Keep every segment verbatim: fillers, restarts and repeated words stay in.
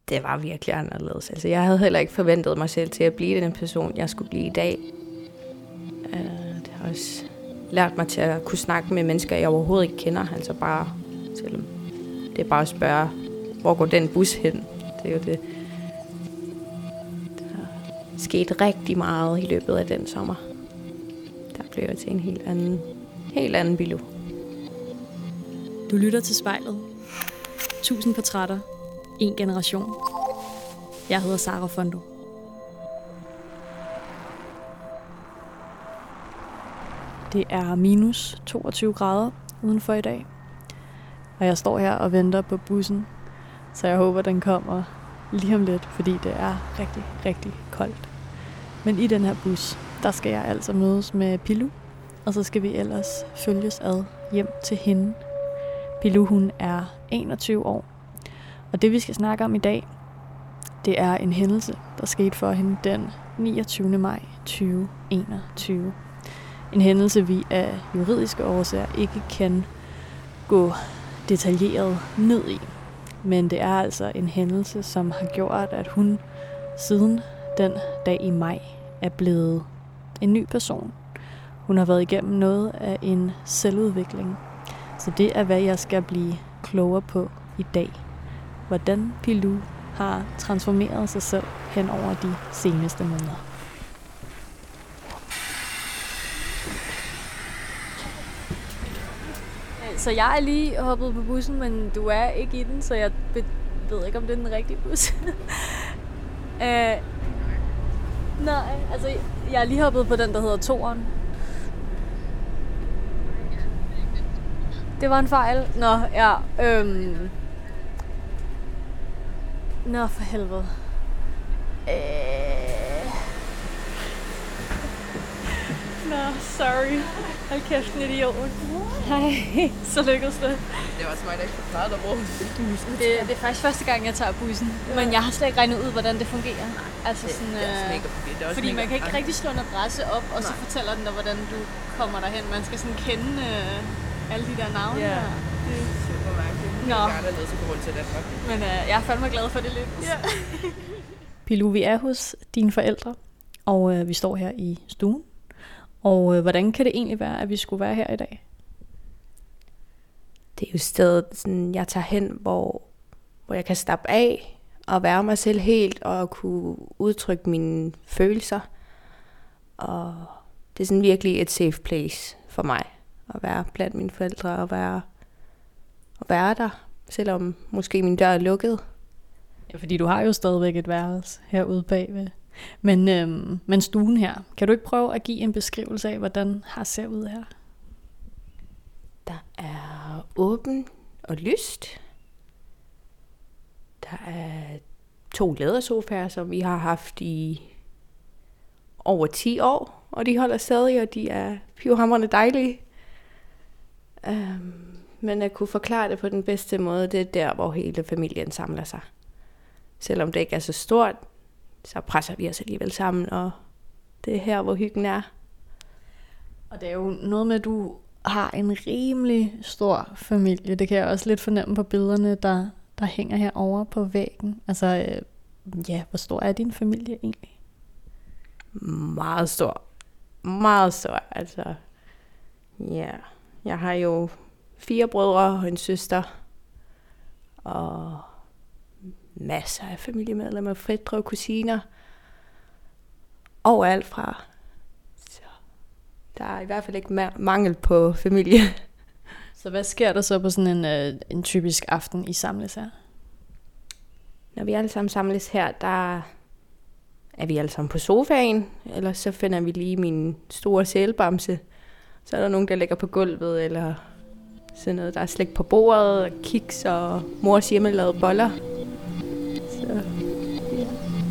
det var virkelig anderledes. Altså, jeg havde heller ikke forventet mig selv til at blive den person, jeg skulle blive i dag. Uh, det har også lært mig til at kunne snakke med mennesker, jeg overhovedet ikke kender. Altså bare, selvom det er bare at spørge, hvor går den bus hen? Det er jo det. Der er sket rigtig meget i løbet af den sommer. Der blev jeg til en helt anden, helt anden Bilou. Du lytter til Spejlet. Tusind portrætter. En generation. Jeg hedder Sara Fondo. Det er minus toogtyve grader udenfor i dag. Og jeg står her og venter på bussen. Så jeg håber, den kommer lige om lidt, fordi det er rigtig, rigtig koldt. Men i den her bus, der skal jeg altså mødes med Bilou. Og så skal vi ellers følges ad hjem til hende. Bilou, hun er enogtyve år. Og det vi skal snakke om i dag, det er en hændelse, der skete for hende den niogtyvende maj tyve enogtyve. En hændelse, vi af juridiske årsager ikke kan gå detaljeret ned i. Men det er altså en hændelse, som har gjort, at hun siden den dag i maj er blevet en ny person. Hun har været igennem noget af en selvudvikling. Så det er, hvad jeg skal blive klogere på i dag. Hvordan Bilou har transformeret sig selv hen over de seneste måneder. Så jeg er lige hoppet på bussen, men du er ikke i den, så jeg ved ikke, om det er den rigtige bus. uh, nej, altså jeg er lige hoppet på den, der hedder toeren. Det var en fejl. Nå, ja. Øhm. Nå, for helvede. Øh. Nå, sorry. Hold kæft, en idiot. Hej, så lykkedes det. Det var også mig, der ikke forklarede dig, hvor bussen. Det, det er faktisk første gang, jeg tager bussen. Ja. Men jeg har slet ikke regnet ud, hvordan det fungerer. Altså det, sådan, det er også mega det er også fordi mega man kan ikke rigtig slå en adresse op, og Nej. Så fortæller den dig, hvordan du kommer derhen. Man skal sådan kende øh, alle de der navne. Ja, der. Det er super mærkeligt. Nå. Jeg er dernede, så går rundt til Danmark. Men øh, jeg er fandme glad for det lidt. Ja. Bilou, vi er hos dine forældre, og øh, vi står her i stuen. Og øh, hvordan kan det egentlig være, at vi skulle være her i dag? Det er jo stedet, sådan, jeg tager hen, hvor, hvor jeg kan slappe af og være mig selv helt og kunne udtrykke mine følelser. Og det er sådan virkelig et safe place for mig at være blandt mine forældre og være, og være der, selvom måske min dør er lukket. Ja, fordi du har jo stadigvæk et værelse herude bagved. Men, øhm, men stuen her, kan du ikke prøve at give en beskrivelse af, hvordan har ser ud her? Der er åben og lyst. Der er to lædersofaer, som vi har haft i over ti år, og de holder stadig, og de er pivhamrende dejlige. Um, men at kunne forklare det på den bedste måde, det er der, hvor hele familien samler sig. Selvom det ikke er så stort, så presser vi os alligevel sammen, og det er her, hvor hyggen er. Og det er jo noget med, at du har en rimelig stor familie. Det kan jeg også lidt fornemme på billederne, der, der hænger herovre på væggen. Altså, øh, ja, hvor stor er din familie egentlig? Meget stor. Meget stor, altså. Ja, jeg har jo fire brødre og en søster. Og masser af familiemedlemmer, fætre og kusiner. Overalt fra. Så der er i hvert fald ikke ma- mangel på familie. Så hvad sker der så på sådan en, øh, en typisk aften, I samles her? Når vi alle sammen samles her, der er vi alle sammen på sofaen. Eller så finder vi lige min store sælbamse. Så er der nogen, der ligger på gulvet, eller sådan noget. Der er slik på bordet, og kiks og mors hjemmelavede boller. Så, ja.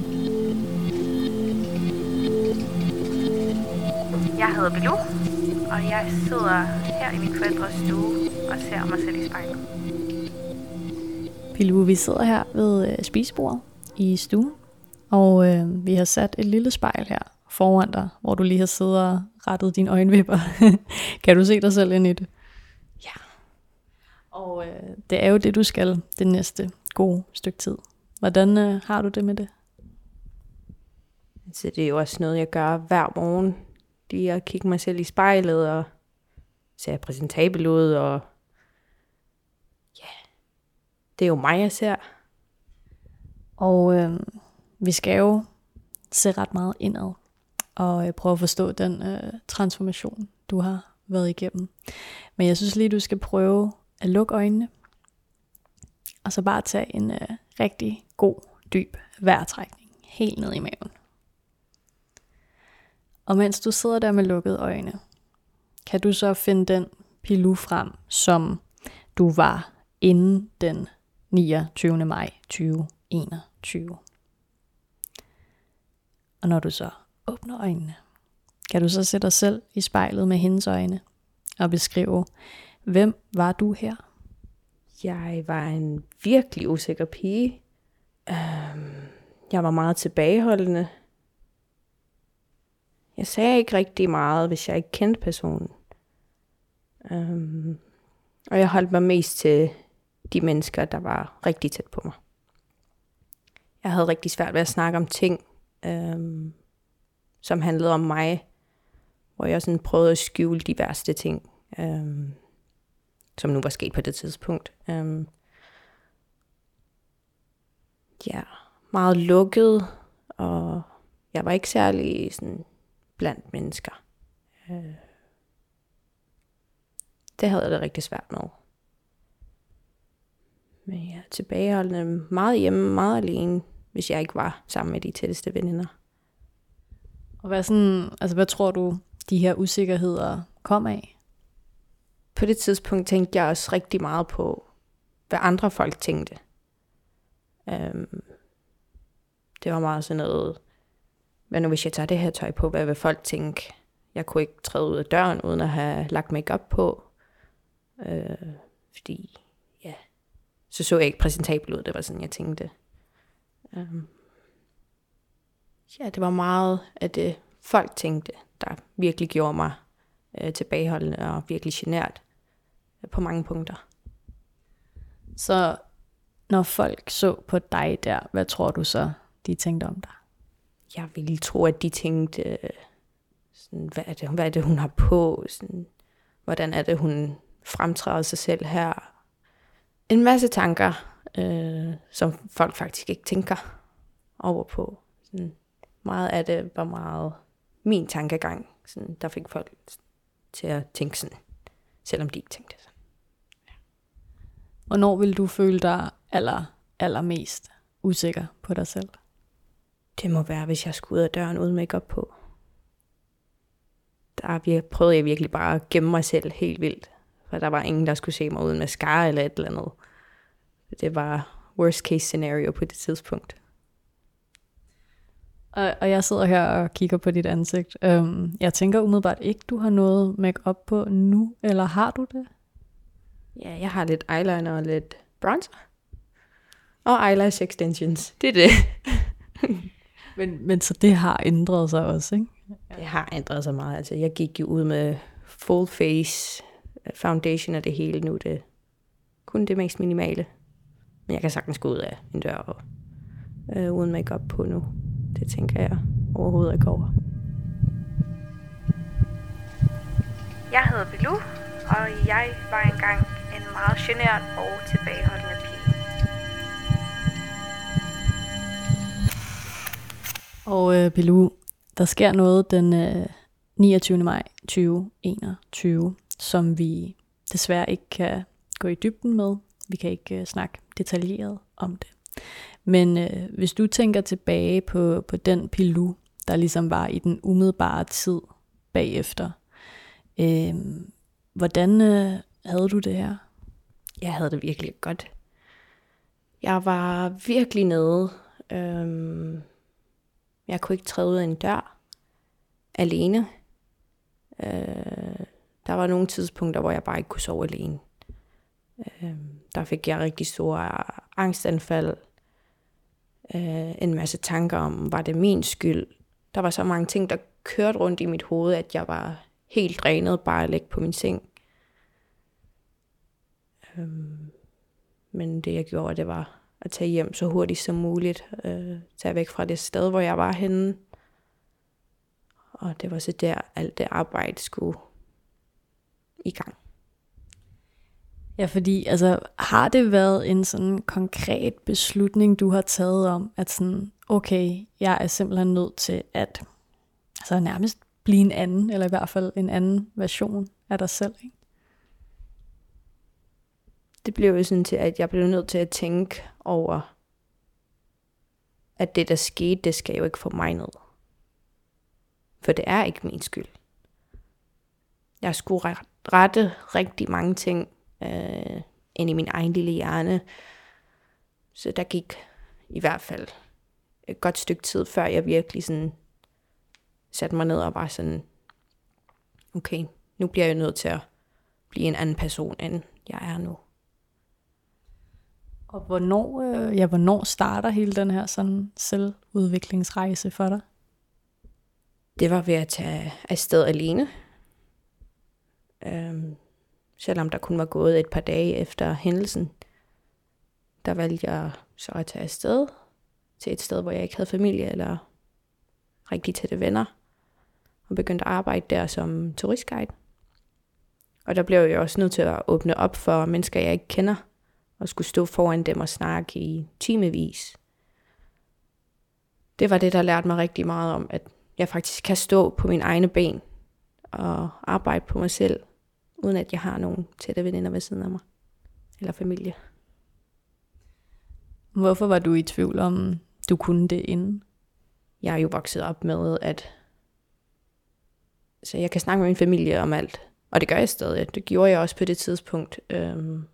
Jeg hedder Bilou, og jeg sidder her i min forældres stue og ser mig selv i spejlet. Bilou, vi sidder her ved øh, spisebordet i stuen, og øh, vi har sat et lille spejl her foran dig, hvor du lige har siddet og rettet dine øjenvipper. Kan du se dig selv ind i det? Ja. Og øh, det er jo det, du skal det næste gode stykke tid. Hvordan øh, har du det med det? Så det er jo også noget, jeg gør hver morgen. Det er at kigge mig selv i spejlet og se præsentabel ud. Og ja, det er jo mig, jeg ser. Og øh, vi skal jo se ret meget indad og øh, prøve at forstå den øh, transformation, du har været igennem. Men jeg synes lige, du skal prøve at lukke øjnene, og så bare tage en øh, rigtig god, dyb vejrtrækning helt ned i maven. Og mens du sidder der med lukkede øjne, kan du så finde den Pilou frem, som du var inden den niogtyvende maj tyve enogtyve. Og når du så åbner øjnene, kan du så sætte dig selv i spejlet med hendes øjne og beskrive, hvem var du her? Jeg var en virkelig usikker pige. Øhm, jeg var meget tilbageholdende. Jeg sagde ikke rigtig meget, hvis jeg ikke kendte personen. Øhm, og jeg holdt mig mest til de mennesker, der var rigtig tæt på mig. Jeg havde rigtig svært ved at snakke om ting, øhm, som handlede om mig, hvor jeg sådan prøvede at skjule de værste ting, øhm, som nu var sket på det tidspunkt. Øhm, ja, meget lukket, og jeg var ikke særlig sådan blandt mennesker. Øh, det havde jeg det rigtig svært med. Men jeg er tilbageholdende, meget hjemme, meget alene, hvis jeg ikke var sammen med de tætteste veninder. Og hvad, sådan, altså, hvad tror du, de her usikkerheder kom af? På det tidspunkt tænkte jeg også rigtig meget på, hvad andre folk tænkte. Øhm, det var meget sådan noget, hvad nu hvis jeg tager det her tøj på, hvad vil folk tænke? Jeg kunne ikke træde ud af døren, uden at have lagt make-up på. Øh, fordi, ja, så så jeg ikke præsentabel ud, det var sådan, jeg tænkte. Øhm, ja, det var meget af det, folk tænkte, der virkelig gjorde mig øh, tilbageholdende og virkelig genert øh, på mange punkter. Så når folk så på dig der, hvad tror du så, de tænkte om dig? Jeg ville tro, at de tænkte, øh, sådan, hvad, er det, hvad er det, hun har på? Sådan, hvordan er det, hun fremtræder sig selv her? En masse tanker, øh, som folk faktisk ikke tænker over på. Sådan, meget af det var meget min tankegang, sådan, der fik folk til at tænke sådan, selvom de ikke tænkte sådan. Ja. Hvornår vil du føle dig aller, allermest usikker på dig selv? Det må være, hvis jeg skulle ud af døren uden make-up på. Der prøvede jeg virkelig bare at gemme mig selv helt vildt. For der var ingen, der skulle se mig uden mascara eller et eller andet. Det var worst case scenario på det tidspunkt. Og, og jeg sidder her og kigger på dit ansigt. Um, jeg tænker umiddelbart ikke, du har noget make-up på nu, eller har du det? Ja, jeg har lidt eyeliner og lidt bronzer. Og eyelash extensions. Det er det. men, men så det har ændret sig også, ikke? Det har ændret sig meget. Altså, jeg gik jo ud med full face foundation og det hele nu. Det kun det mest minimale. Men jeg kan sagtens gå ud af en dør og, øh, uden make-up på nu. Det tænker jeg overhovedet ikke over. Jeg hedder Pilou, og jeg var engang en meget genert og tilbageholdende pige. Og øh, Pilou, der sker noget den øh, niogtyvende maj tyve enogtyve, som vi desværre ikke kan gå i dybden med. Vi kan ikke øh, snakke detaljeret om det. Men øh, hvis du tænker tilbage på, på den Pilou, der ligesom var i den umiddelbare tid bagefter, øh, hvordan øh, havde du det her? Jeg havde det virkelig godt. Jeg var virkelig nede. Øhm, jeg kunne ikke træde ud af en dør alene. Øh, der var nogle tidspunkter, hvor jeg bare ikke kunne sove alene. Øh, der fik jeg rigtig store angstanfald. Øh, en masse tanker om, var det min skyld? Der var så mange ting, der kørte rundt i mit hoved, at jeg var helt drænet bare at ligge på min seng. Øh, men det jeg gjorde, det var at tage hjem så hurtigt som muligt. Øh, tage væk fra det sted, hvor jeg var henne. Og det var så der, alt det arbejde skulle i gang. Ja, fordi altså, har det været en sådan konkret beslutning, du har taget om, at sådan, okay, jeg er simpelthen nødt til at altså nærmest blive en anden, eller i hvert fald en anden version af dig selv, ikke? Det blev jo sådan til, at jeg blev nødt til at tænke over, at det, der skete, det skal jo ikke få mig ned. For det er ikke min skyld. Jeg skulle rette rigtig mange ting øh, ind i min egen lille hjerne. Så der gik i hvert fald et godt stykke tid, før jeg virkelig sådan satte mig ned og var sådan, okay, nu bliver jeg nødt til at blive en anden person, end jeg er nu. Og hvornår, øh, ja, hvornår starter hele den her sådan selvudviklingsrejse for dig? Det var ved at tage afsted alene. Øhm, selvom der kun var gået et par dage efter hændelsen, der valgte jeg så at tage afsted til et sted, hvor jeg ikke havde familie eller rigtig tætte venner, og begyndte at arbejde der som turistguide. Og der blev jeg også nødt til at åbne op for mennesker, jeg ikke kender, og skulle stå foran dem og snakke i timevis. Det var det, der lærte mig rigtig meget om, at jeg faktisk kan stå på mine egne ben og arbejde på mig selv, uden at jeg har nogen tætte veninder ved siden af mig, eller familie. Hvorfor var du i tvivl om, du kunne det inden? Jeg er jo vokset op med, at så jeg kan snakke med min familie om alt. Og det gør jeg stadig. Det gjorde jeg også på det tidspunkt. Øhm.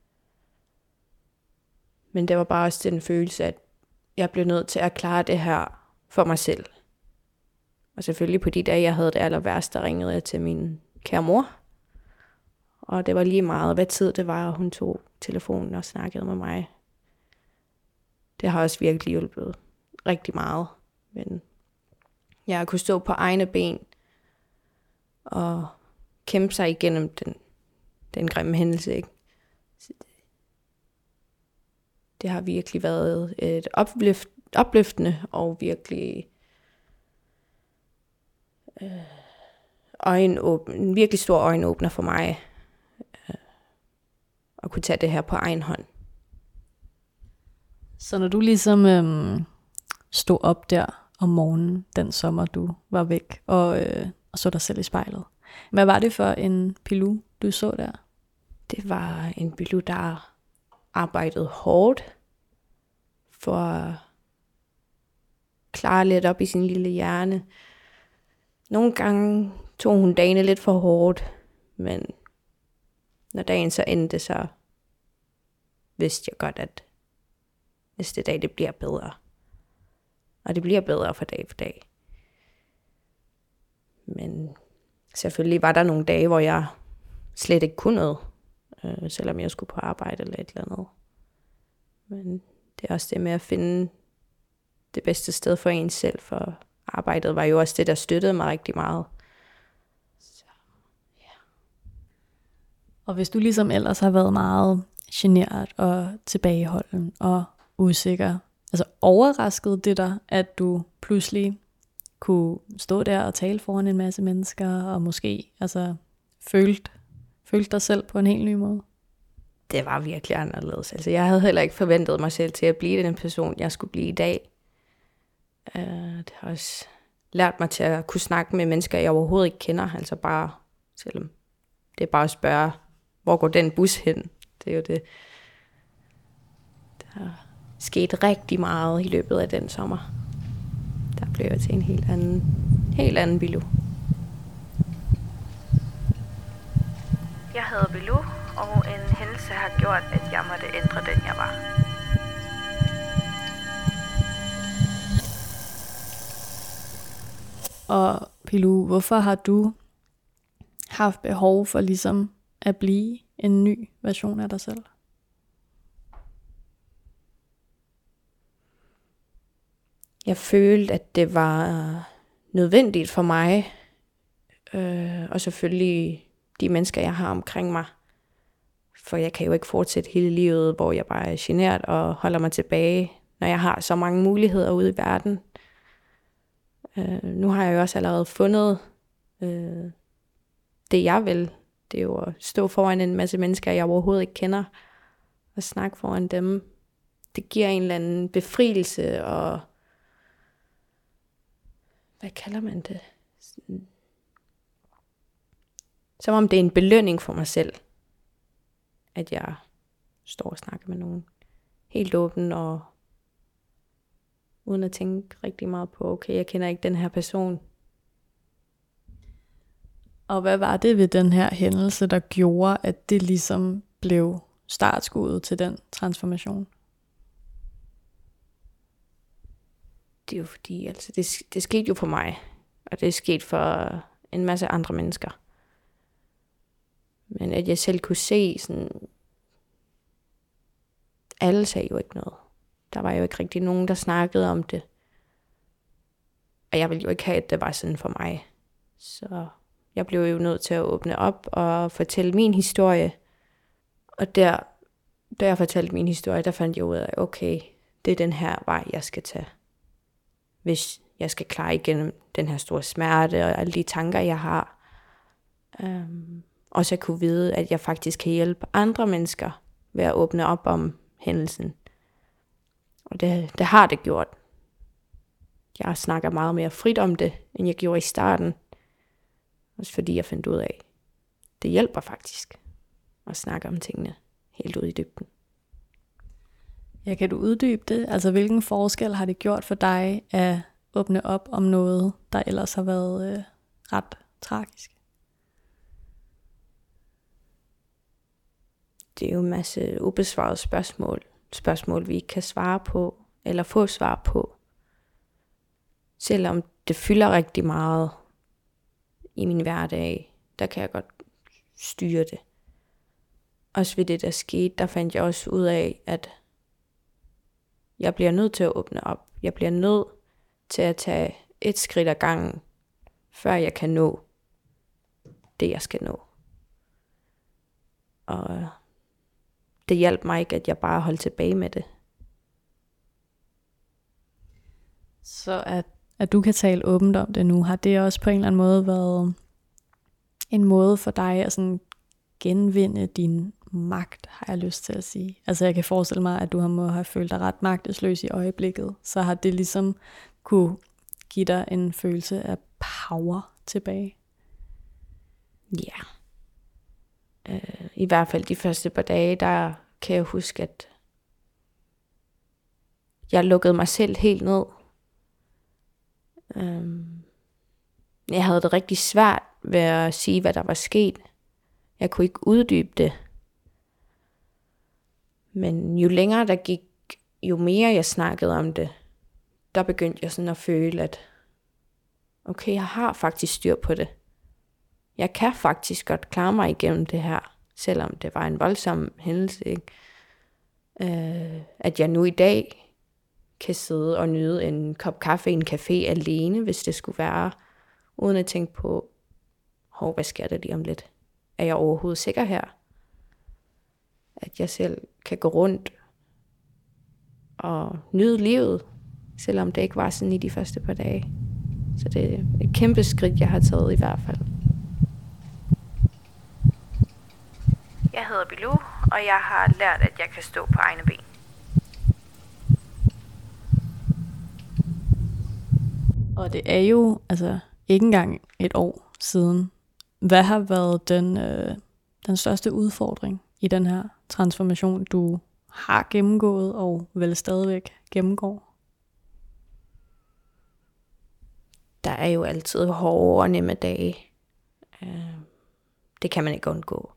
Men det var bare også den følelse, at jeg blev nødt til at klare det her for mig selv. Og selvfølgelig på de dage, jeg havde det aller værste, der ringede jeg til min kære mor. Og det var lige meget, hvad tid det var, og hun tog telefonen og snakkede med mig. Det har også virkelig hjulpet rigtig meget. Men jeg kunne stå på egne ben og kæmpe sig igennem den, den grimme hændelse, ikke? Det har virkelig været et opløft, opløftende og virkelig øh, øjenåbner, en virkelig stor øjenåbner for mig øh, at kunne tage det her på egen hånd. Så når du ligesom øhm, stod op der om morgenen, den sommer du var væk, og, øh, og så dig selv i spejlet, hvad var det for en Pilou, du så der? Det var en Pilou, der arbejdede hårdt for at klare lidt op i sin lille hjerne. Nogle gange tog hun dagene lidt for hårdt, men når dagen så endte, så vidste jeg godt, at næste dag det bliver bedre. Og det bliver bedre for dag for dag. Men selvfølgelig var der nogle dage, hvor jeg slet ikke kunne noget, øh, selvom jeg skulle på arbejde eller et eller andet. Men det er også det med at finde det bedste sted for en selv, for arbejdet var jo også det, der støttede mig rigtig meget. Så, ja. Og hvis du ligesom ellers har været meget genert og tilbageholden og usikker, altså overraskede det dig, at du pludselig kunne stå der og tale foran en masse mennesker, og måske altså følte, følte dig selv på en helt ny måde? Det var virkelig anderledes. Altså, jeg havde heller ikke forventet mig selv til at blive den person, jeg skulle blive i dag. Uh, det har også lært mig til at kunne snakke med mennesker, jeg overhovedet ikke kender. Altså bare, selvom det er bare at spørge, hvor går den bus hen? Det er jo det. Der er sket rigtig meget i løbet af den sommer. Der blev jeg til en helt anden, helt anden Pilou. Jeg hedder Pilou, og en hændelse har gjort, at jeg måtte ændre den, jeg var. Og Pilou, hvorfor har du haft behov for ligesom at blive en ny version af dig selv? Jeg følte, at det var nødvendigt for mig, øh, og selvfølgelig de mennesker, jeg har omkring mig, For jeg kan jo ikke fortsætte hele livet, hvor jeg bare er genert og holder mig tilbage, når jeg har så mange muligheder ude i verden. Øh, nu har jeg jo også allerede fundet øh, det, jeg vil. Det er jo at stå foran en masse mennesker, jeg overhovedet ikke kender, og snakke foran dem. Det giver en eller anden befrielse, og hvad kalder man det? Som om det er en belønning for mig selv, at jeg står og snakker med nogen helt åben, og uden at tænke rigtig meget på, okay, jeg kender ikke den her person. Og hvad var det ved den her hændelse, der gjorde, at det ligesom blev startskuddet til den transformation? Det er jo fordi, altså det, det skete jo for mig, og det er sket for en masse andre mennesker. Men at jeg selv kunne se sådan, alle sagde jo ikke noget. Der var jo ikke rigtig nogen, der snakkede om det. Og jeg ville jo ikke have, at det var sådan for mig. Så jeg blev jo nødt til at åbne op og fortælle min historie. Og der, da jeg fortalte min historie, der fandt jeg ud af, okay, det er den her vej, jeg skal tage. Hvis jeg skal klare igennem den her store smerte og alle de tanker, jeg har. Um, og så kunne vide, at jeg faktisk kan hjælpe andre mennesker ved at åbne op om hændelsen. Og det, det har det gjort. Jeg snakker meget mere frit om det, end jeg gjorde i starten. Også fordi jeg fandt ud af, det hjælper faktisk at snakke om tingene helt ud i dybden. Ja, kan du uddybe det? Altså, hvilken forskel har det gjort for dig at åbne op om noget, der ellers har været øh, ret tragisk? Det er jo en masse ubesvarede spørgsmål. Spørgsmål, vi ikke kan svare på, eller få svar på. Selvom det fylder rigtig meget i min hverdag, der kan jeg godt styre det. Også ved det, der skete, der fandt jeg også ud af, at jeg bliver nødt til at åbne op. Jeg bliver nødt til at tage et skridt ad gangen, før jeg kan nå det, jeg skal nå. Og det hjalp mig ikke, at jeg bare holdt tilbage med det. Så at, at du kan tale åbent om det nu, har det også på en eller anden måde været en måde for dig at sådan genvinde din magt, har jeg lyst til at sige. Altså jeg kan forestille mig, at du har må have følt dig ret magtesløs i øjeblikket, så har det ligesom kunne give dig en følelse af power tilbage. Ja. Øh, I hvert fald de første par dage, der kan jeg huske, at jeg lukkede mig selv helt ned. Øh, jeg havde det rigtig svært ved at sige, hvad der var sket. Jeg kunne ikke uddybe det. Men jo længere der gik, jo mere jeg snakkede om det, der begyndte jeg sådan at føle, at okay, jeg har faktisk styr på det. Jeg kan faktisk godt klare mig igennem det her, selvom det var en voldsom hændelse. Ikke? Øh, at jeg nu i dag kan sidde og nyde en kop kaffe i en café alene, hvis det skulle være, uden at tænke på, hov, hvad sker der lige om lidt? Er jeg overhovedet sikker her? At jeg selv kan gå rundt og nyde livet, selvom det ikke var sådan i de første par dage. Så det er et kæmpe skridt, jeg har taget i hvert fald. Jeg hedder Bilou, og jeg har lært, at jeg kan stå på egne ben. Og det er jo altså ikke engang et år siden. Hvad har været den, øh, den største udfordring i den her transformation, du har gennemgået og vel stadigvæk gennemgår? Der er jo altid hårde og nemme dage. Det kan man ikke undgå.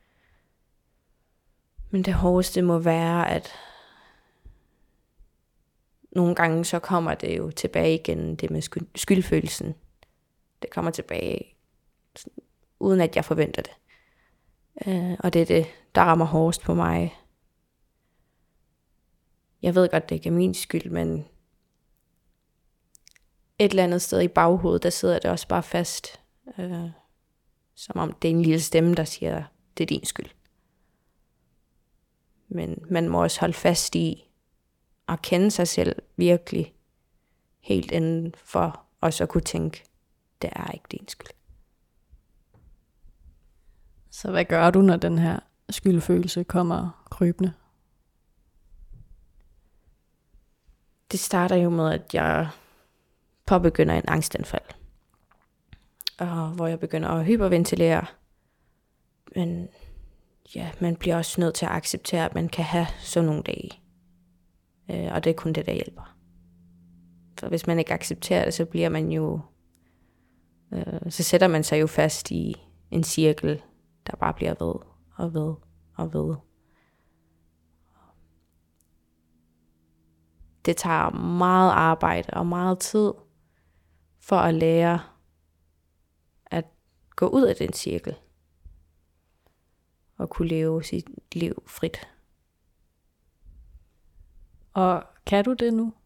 Men det hårdeste må være, at nogle gange så kommer det jo tilbage igen, det med skyldfølelsen. Det kommer tilbage, uden at jeg forventer det. Og det er det, der rammer hårdest på mig. Jeg ved godt, det ikke er min skyld, men et eller andet sted i baghovedet, der sidder det også bare fast. Øh, som om det er en lille stemme, der siger, det er din skyld. Men man må også holde fast i at kende sig selv virkelig helt inden for også at kunne tænke, det er ikke din skyld. Så hvad gør du, når den her skyldfølelse kommer krybende? Det starter jo med, at jeg påbegynder en angstanfald. Og hvor jeg begynder at hyperventilere. Men ja, man bliver også nødt til at acceptere, at man kan have sådan nogle dage. Øh, og det er kun det, der hjælper. For hvis man ikke accepterer det, så bliver man jo... Øh, så sætter man sig jo fast i en cirkel, der bare bliver ved og ved og ved. Det tager meget arbejde og meget tid for at lære at gå ud af den cirkel og kunne leve sit liv frit. Og kan du det nu?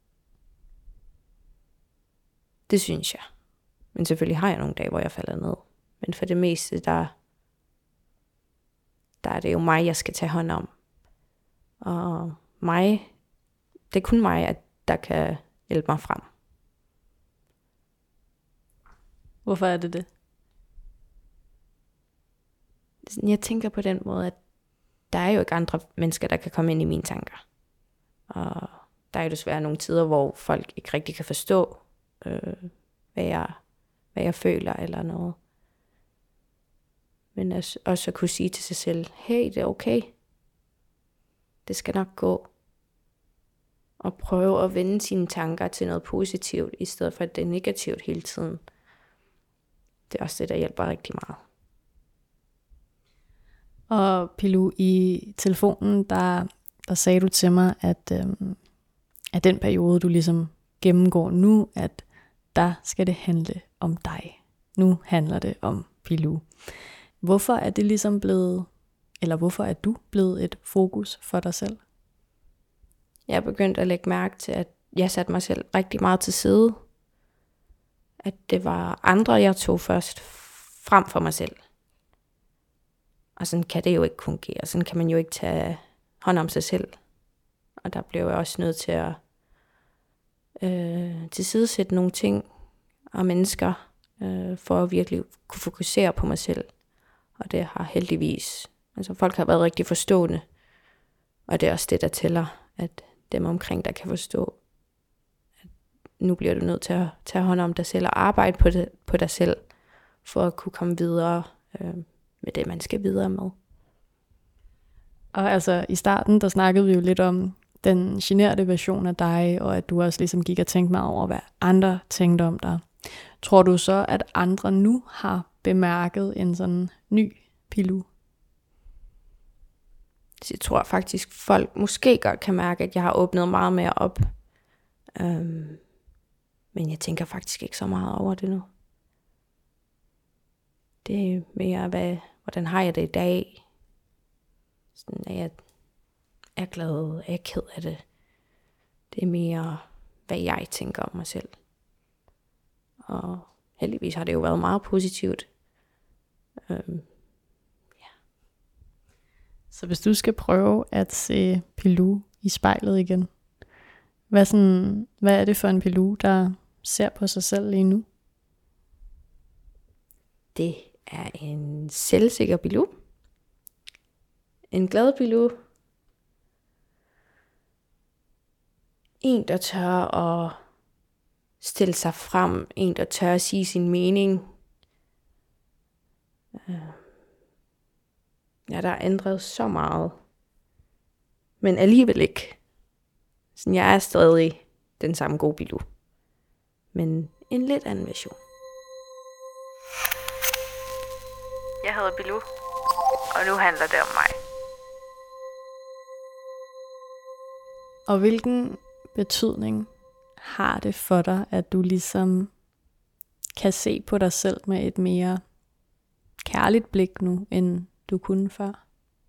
Det synes jeg. Men selvfølgelig har jeg nogle dage, hvor jeg falder ned. Men for det meste, der, der er det jo mig, jeg skal tage hånd om. Og mig, det er kun mig, at der kan hjælpe mig frem. Hvorfor er det det? Jeg tænker på den måde, at der er jo ikke andre mennesker, der kan komme ind i mine tanker. Og der er jo desværre nogle tider, hvor folk ikke rigtig kan forstå, øh, hvad, jeg, hvad jeg føler eller noget. Men også, også at kunne sige til sig selv, hey, det er okay. Det skal nok gå. Og prøve at vende sine tanker til noget positivt, i stedet for at det er negativt hele tiden. Det er også det, der hjælper rigtig meget. Og Pilou, i telefonen, der, der sagde du til mig, at, øhm, at den periode, du ligesom gennemgår nu, at der skal det handle om dig. Nu handler det om Pilou. Hvorfor er det ligesom blevet, eller hvorfor er du blevet et fokus for dig selv? Jeg er begyndt at lægge mærke til, at jeg satte mig selv rigtig meget til side. At det var andre, jeg tog først frem for mig selv. Og sådan kan det jo ikke fungere. Sådan kan man jo ikke tage hånd om sig selv. Og der blev jeg også nødt til at øh, tilsidesætte nogle ting og mennesker, øh, for at virkelig kunne fokusere på mig selv. Og det har heldigvis, altså folk har været rigtig forstående. Og det er også det, der tæller, at dem omkring der kan forstå, at nu bliver du nødt til at tage hånd om dig selv og arbejde på, det, på dig selv, for at kunne komme videre øh, med det, man skal videre med. Og altså i starten, der snakkede vi jo lidt om den generte version af dig, og at du også ligesom gik og tænkte meget over, hvad andre tænkte om dig. Tror du så, at andre nu har bemærket en sådan ny Pilou? Jeg tror faktisk, folk måske godt kan mærke, at jeg har åbnet meget mere op. Øhm, men jeg tænker faktisk ikke så meget over det nu. Det er mere, hvad, hvordan har jeg det i dag? Sådan, er jeg er glad, er jeg ked af det? Det er mere, hvad jeg tænker om mig selv. Og heldigvis har det jo været meget positivt. Øhm, Så hvis du skal prøve at se Pilou i spejlet igen, hvad, sådan, hvad er det for en Pilou, der ser på sig selv lige nu? Det er en selvsikker Pilou. En glad Pilou. En, der tør at stille sig frem. En, der tør at sige sin mening. Ja, der er ændret så meget. Men alligevel ikke. Så jeg er stadig den samme gode Pilou. Men en lidt anden version. Jeg hedder Pilou, og nu handler det om mig. Og hvilken betydning har det for dig, at du ligesom kan se på dig selv med et mere kærligt blik nu, end du kunne før?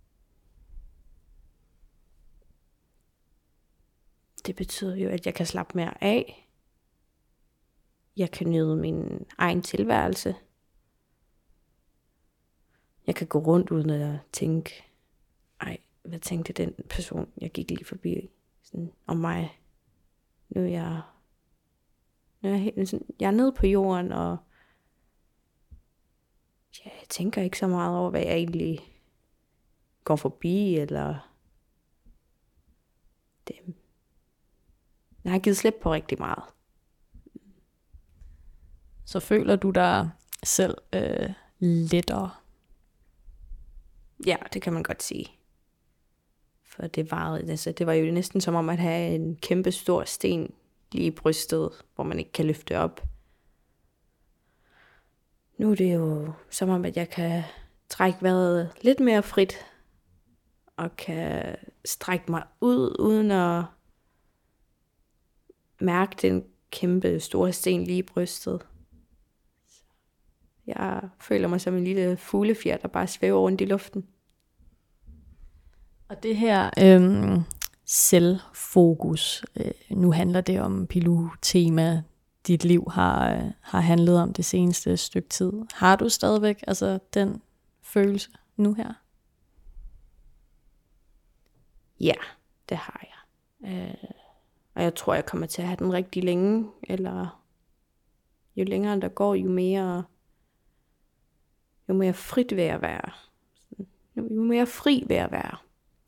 Det betyder jo, at jeg kan slappe mere af. Jeg kan nyde min egen tilværelse. Jeg kan gå rundt uden at tænke, ej, hvad tænkte den person, jeg gik lige forbi, sådan, om mig. Nu er jeg, nu er jeg, helt, sådan, jeg er nede på jorden, og ja, jeg tænker ikke så meget over, hvad jeg egentlig går forbi, eller det. Jeg har givet slip på rigtig meget. Så føler du dig selv øh, lettere? Ja, det kan man godt sige. For det var, altså, det var jo næsten som om at have en kæmpe stor sten lige i brystet, hvor man ikke kan løfte op. Nu er det jo som om, at jeg kan trække vejret lidt mere frit, og kan strække mig ud, uden at mærke den kæmpe store sten lige i brystet. Jeg føler mig som en lille fuglefjer, der bare svæver rundt i luften. Og det her øhm, selvfokus, øh, nu handler det om Pilou-tema, dit liv har, øh, har handlet om det seneste stykke tid. Har du stadigvæk altså den følelse nu her? Ja, det har jeg. Øh, og jeg tror, jeg kommer til at have den rigtig længe, eller jo længere der går, jo mere, jo mere frit vil jeg være. Jo mere fri vil jeg være.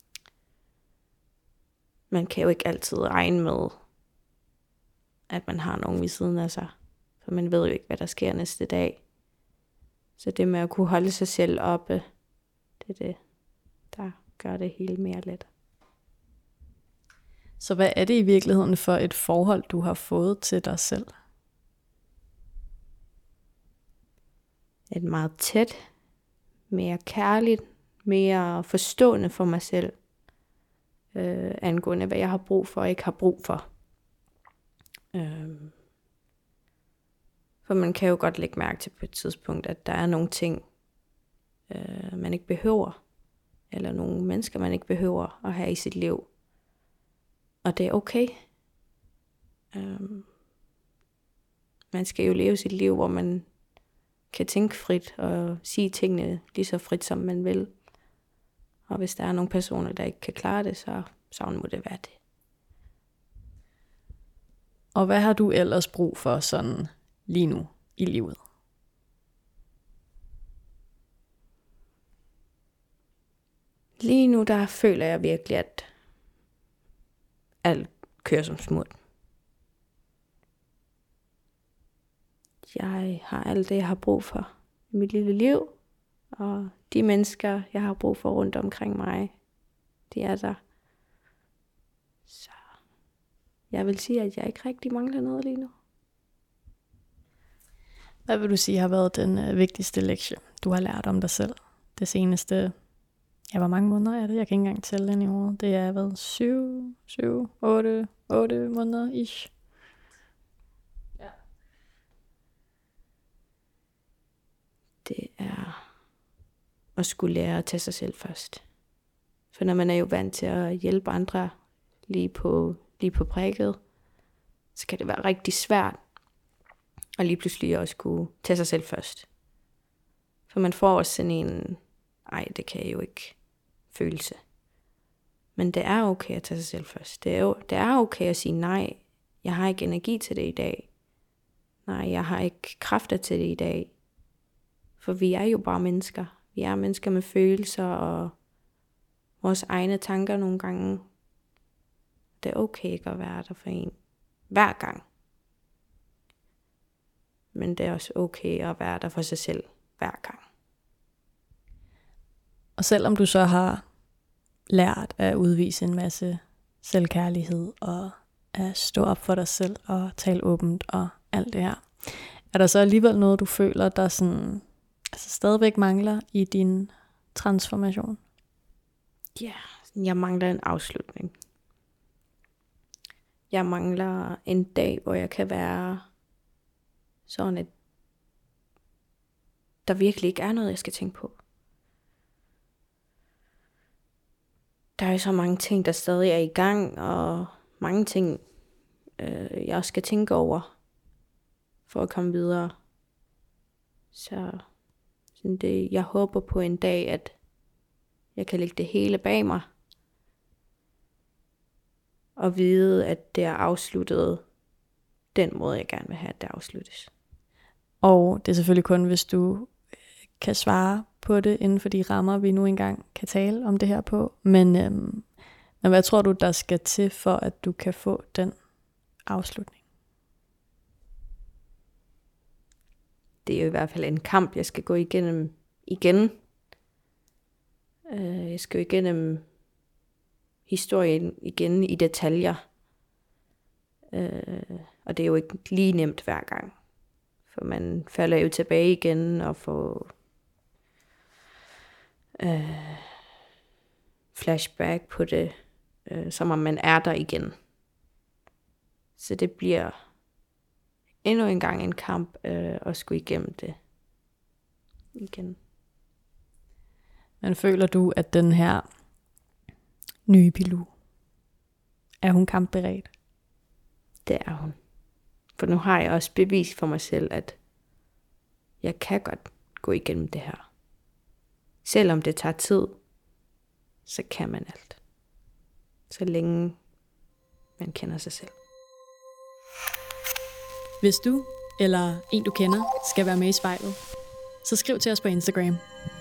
Man kan jo ikke altid regne med, at man har nogen ved siden af sig. For man ved jo ikke, hvad der sker næste dag. Så det med at kunne holde sig selv oppe, det er det, der gør det hele mere let. Så hvad er det i virkeligheden for et forhold, du har fået til dig selv? Et meget tæt, mere kærligt, mere forstående for mig selv. Øh, angående hvad jeg har brug for og ikke har brug for. Øh, for man kan jo godt lægge mærke til på et tidspunkt, at der er nogle ting, øh, man ikke behøver, eller nogle mennesker, man ikke behøver at have i sit liv. Og det er okay. Øh, man skal jo leve sit liv, hvor man kan tænke frit og sige tingene lige så frit, som man vil. Og hvis der er nogle personer, der ikke kan klare det, så, så må det være det. Og hvad har du ellers brug for sådan lige nu i livet? Lige nu, der føler jeg virkelig, at alt kører som smurt. Jeg har alt det, jeg har brug for i mit lille liv. Og de mennesker, jeg har brug for rundt omkring mig, de er der. Så jeg vil sige, at jeg ikke rigtig mangler noget lige nu. Hvad vil du sige har været den øh, vigtigste lektie, du har lært om dig selv? Det seneste, ja, hvor mange måneder er det? Jeg kan ikke engang tælle ind i hovedet. Det er været syv, syv, otte, otte måneder ish. Ja. Det er at skulle lære at tage sig selv først. For når man er jo vant til at hjælpe andre lige på, lige på prikket, så kan det være rigtig svært at lige pludselig også kunne tage sig selv først. For man får også sådan en, ej, det kan jeg jo ikke, følelse. Men det er okay at tage sig selv først. Det er, jo, det er okay at sige, nej, jeg har ikke energi til det i dag. Nej, jeg har ikke kræfter til det i dag. For vi er jo bare mennesker. Vi er mennesker med følelser og vores egne tanker nogle gange. Det er okay ikke at være der for en hver gang. Men det er også okay at være der for sig selv hver gang. Og selvom du så har lært at udvise en masse selvkærlighed og at stå op for dig selv og tale åbent og alt det her, er der så alligevel noget, du føler, der sådan, altså stadigvæk mangler i din transformation? Ja, yeah, jeg mangler en afslutning. Jeg mangler en dag, hvor jeg kan være sådan, at der virkelig ikke er noget, jeg skal tænke på. Der er jo så mange ting, der stadig er i gang, og mange ting, øh, jeg også skal tænke over, for at komme videre. Så sådan det, jeg håber på en dag, at jeg kan lægge det hele bag mig, og vide, at det er afsluttet den måde, jeg gerne vil have, at det afsluttes. Og det er selvfølgelig kun, hvis du kan svare på det inden for de rammer, vi nu engang kan tale om det her på. Men, øhm, men hvad tror du, der skal til for, at du kan få den afslutning? Det er jo i hvert fald en kamp, jeg skal gå igennem igen. Jeg skal jo igennem historien igen i detaljer. Og det er jo ikke lige nemt hver gang. For man falder jo tilbage igen og får øh, flashback på det, øh, som om man er der igen. Så det bliver endnu en gang en kamp øh, at skulle igennem det igen. Men føler du, at den her nye Pilou, er hun kampberedt? Det er hun. For nu har jeg også bevis for mig selv, at jeg kan godt gå igennem det her. Selvom det tager tid, så kan man alt. Så længe man kender sig selv. Hvis du eller en du kender skal være med i spejlet, så skriv til os på Instagram.